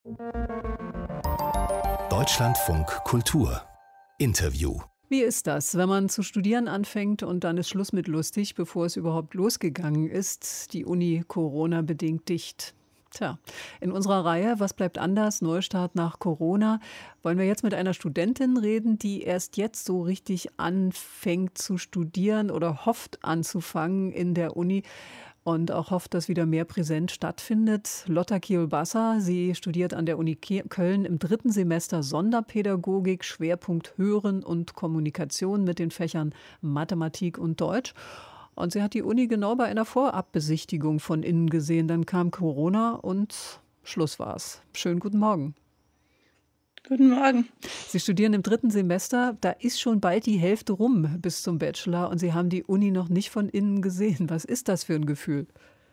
Deutschlandfunk Kultur Interview. Wie ist das, wenn man zu studieren anfängt und dann ist Schluss mit lustig, bevor es überhaupt losgegangen ist? Die Uni Corona-bedingt dicht. Tja, in unserer Reihe Was bleibt anders? Neustart nach Corona wollen wir jetzt mit einer Studentin reden, die erst jetzt so richtig anfängt zu studieren oder hofft anzufangen in der Uni und auch hofft, dass wieder mehr Präsenz stattfindet. Lotta Kielbasa, sie studiert an der Uni Köln im 3. Semester Sonderpädagogik, Schwerpunkt Hören und Kommunikation mit den Fächern Mathematik und Deutsch. Und sie hat die Uni genau bei einer Vorabbesichtigung von innen gesehen. Dann kam Corona und Schluss war's. Schönen guten Morgen. Guten Morgen. Sie studieren im 3. Semester. Da ist schon bald die Hälfte rum bis zum Bachelor und Sie haben die Uni noch nicht von innen gesehen. Was ist das für ein Gefühl?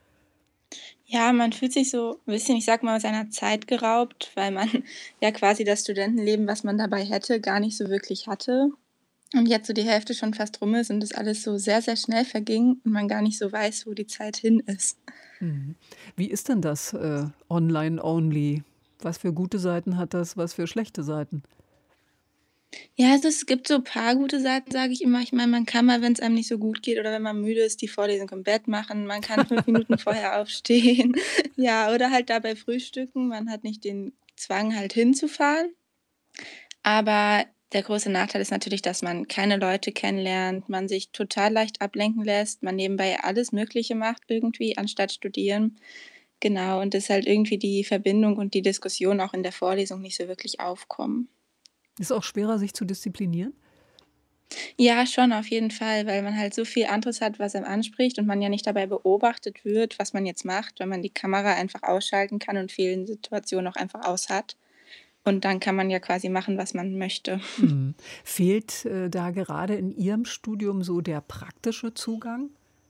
Ja, man fühlt sich so ein bisschen, ich sag mal, seiner Zeit geraubt, weil man ja quasi das Studentenleben, was man dabei hätte, gar nicht so wirklich hatte. Und jetzt so die Hälfte schon fast rum ist und das alles so sehr, sehr schnell verging und man gar nicht so weiß, wo die Zeit hin ist. Mhm. Wie ist denn das online-only? Was für gute Seiten hat das, was für schlechte Seiten? Ja, also es gibt so ein paar gute Seiten, sage ich immer. Ich meine, man kann mal, wenn es einem nicht so gut geht oder wenn man müde ist, die Vorlesung im Bett machen. Man kann 5 Minuten vorher aufstehen. Ja, oder halt dabei frühstücken. Man hat nicht den Zwang, halt hinzufahren. Aber der große Nachteil ist natürlich, dass man keine Leute kennenlernt, man sich total leicht ablenken lässt, man nebenbei alles Mögliche macht irgendwie, anstatt studieren. Genau, und dass halt irgendwie die Verbindung und die Diskussion auch in der Vorlesung nicht so wirklich aufkommen. Ist auch schwerer, sich zu disziplinieren? Ja, schon auf jeden Fall, weil man halt so viel anderes hat, was einem anspricht und man ja nicht dabei beobachtet wird, was man jetzt macht, weil man die Kamera einfach ausschalten kann und vielen Situationen auch einfach aus hat. Und dann kann man ja quasi machen, was man möchte. Mhm. Fehlt da gerade in Ihrem Studium so der praktische Zugang?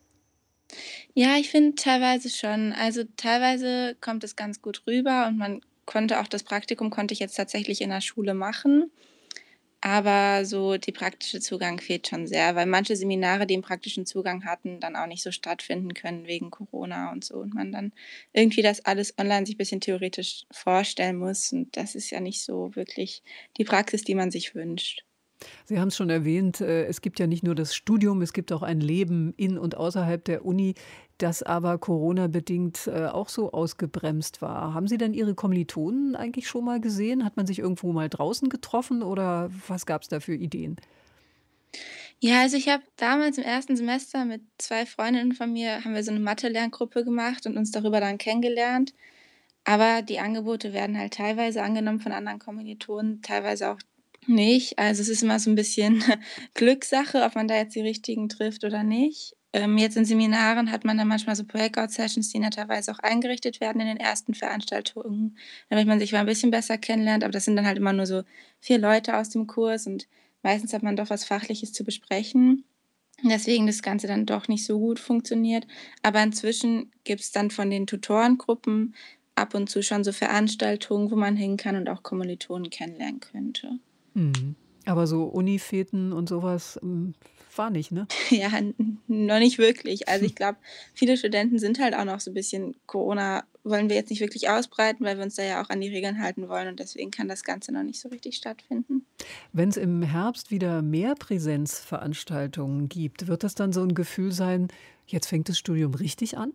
Ja, ich finde teilweise schon. Also, teilweise kommt es ganz gut rüber und man konnte auch das Praktikum konnte ich jetzt tatsächlich in der Schule machen, aber so der praktische Zugang fehlt schon sehr, weil manche Seminare, die 'n praktischen Zugang hatten, dann auch nicht so stattfinden können wegen Corona und so und man dann irgendwie das alles online sich bisschen theoretisch vorstellen muss und das ist ja nicht so wirklich die Praxis, die man sich wünscht. Sie haben es schon erwähnt, es gibt ja nicht nur das Studium, es gibt auch ein Leben in und außerhalb der Uni, das aber Corona-bedingt auch so ausgebremst war. Haben Sie denn Ihre Kommilitonen eigentlich schon mal gesehen? Hat man sich irgendwo mal draußen getroffen oder was gab es da für Ideen? Ja, also ich habe damals im 1. Semester mit 2 Freundinnen von mir haben wir so 'ne Mathe-Lerngruppe gemacht und uns darüber dann kennengelernt. Aber die Angebote werden halt teilweise angenommen von anderen Kommilitonen, teilweise auch nicht. Also, es ist immer so 'n bisschen Glückssache, ob man da jetzt die Richtigen trifft oder nicht. Jetzt in Seminaren hat man dann manchmal so Breakout-Sessions, die netterweise auch eingerichtet werden in den ersten Veranstaltungen, damit man sich mal 'n bisschen besser kennenlernt, aber das sind dann halt immer nur so 4 Leute aus dem Kurs und meistens hat man doch was Fachliches zu besprechen, weswegen das Ganze dann doch nicht so gut funktioniert. Aber inzwischen gibt's dann von den Tutorengruppen ab und zu schon so Veranstaltungen, wo man hin kann und auch Kommilitonen kennenlernen könnte. Mhm. Aber so Unifeten und sowas war nicht, ne? Ja, noch nicht wirklich. Also, ich glaube, viele Studenten sind halt auch noch so 'n bisschen Corona wollen wir jetzt nicht wirklich ausbreiten, weil wir uns da ja auch an die Regeln halten wollen und deswegen kann das Ganze noch nicht so richtig stattfinden. Wenn es im Herbst wieder mehr Präsenzveranstaltungen gibt, wird das dann so ein Gefühl sein, jetzt fängt das Studium richtig an?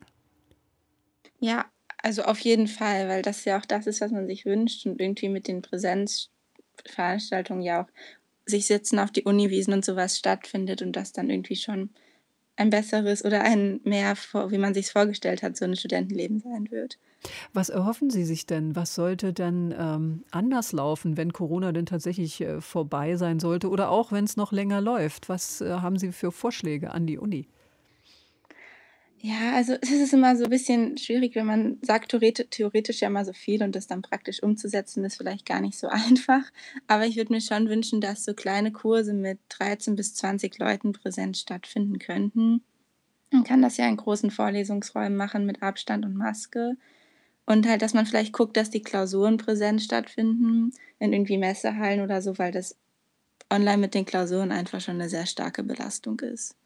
Ja, also auf jeden Fall, weil das ja auch das ist, was man sich wünscht und irgendwie mit den Präsenzveranstaltungen ja auch sich Sitzen auf die Uniwiesen und so was stattfindet und das dann irgendwie schon ein besseres oder ein mehr vor wie man sich's vorgestellt hat, so 'n Studentenleben sein wird. Was erhoffen Sie sich denn? Was sollte denn anders laufen, wenn Corona denn tatsächlich vorbei sein sollte oder auch wenn es noch länger läuft? Was haben Sie für Vorschläge an die Uni? Ja, also es ist immer so 'n bisschen schwierig, wenn man sagt theoretisch ja immer so viel und das dann praktisch umzusetzen, ist vielleicht gar nicht so einfach. Aber ich würde mir schon wünschen, dass so kleine Kurse mit 13 bis 20 Leuten präsent stattfinden könnten. Man kann das ja in großen Vorlesungsräumen machen mit Abstand und Maske und halt, dass man vielleicht guckt, dass die Klausuren präsent stattfinden in irgendwie Messehallen oder so, weil das online mit den Klausuren einfach schon 'ne sehr starke Belastung ist.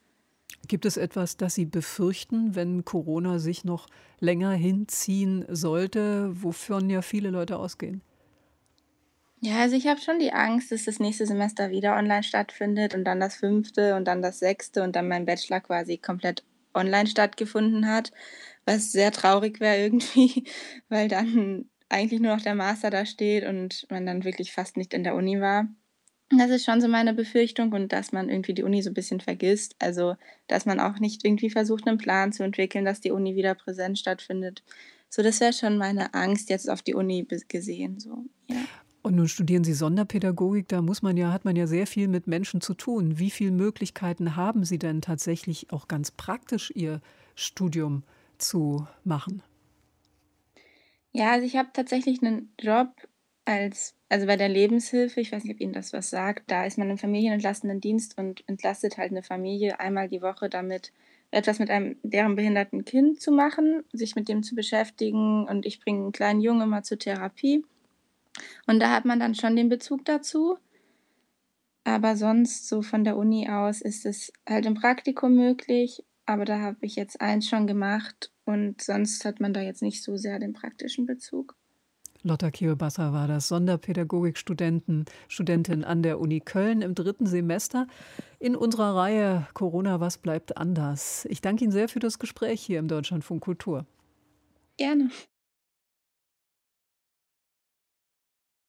Gibt es etwas, das Sie befürchten, wenn Corona sich noch länger hinziehen sollte, wovon ja viele Leute ausgehen? Ja, also ich habe schon die Angst, dass das nächste Semester wieder online stattfindet und dann das fünfte und dann das sechste und dann mein Bachelor quasi komplett online stattgefunden hat, was sehr traurig wäre irgendwie, weil dann eigentlich nur noch der Master da steht und man dann wirklich fast nicht in der Uni war. Das ist schon so meine Befürchtung und dass man irgendwie die Uni so 'n bisschen vergisst. Also, dass man auch nicht irgendwie versucht, 'nen Plan zu entwickeln, dass die Uni wieder präsent stattfindet. So, das wäre schon meine Angst jetzt auf die Uni gesehen so, ja. Und nun studieren Sie Sonderpädagogik, da hat man ja sehr viel mit Menschen zu tun. Wie viele Möglichkeiten haben Sie denn tatsächlich auch ganz praktisch Ihr Studium zu machen? Ja, also ich habe tatsächlich 'nen Job bei der Lebenshilfe. Ich weiß nicht, ob Ihnen das was sagt. Da ist man im familienentlastenden Dienst und entlastet halt 'ne Familie einmal die Woche damit, etwas mit einem deren behinderten Kind zu machen, sich mit dem zu beschäftigen und ich bringe 'n kleinen Jungen immer zur Therapie. Und da hat man dann schon den Bezug dazu. Aber sonst so von der Uni aus ist es halt im Praktikum möglich, aber da habe ich jetzt eins schon gemacht und sonst hat man da jetzt nicht so sehr den praktischen Bezug. Lotta Kielbasser war das, Studentin an der Uni Köln im dritten Semester in unserer Reihe Corona, was bleibt anders? Ich danke Ihnen sehr für das Gespräch hier im Deutschlandfunk Kultur. Gerne.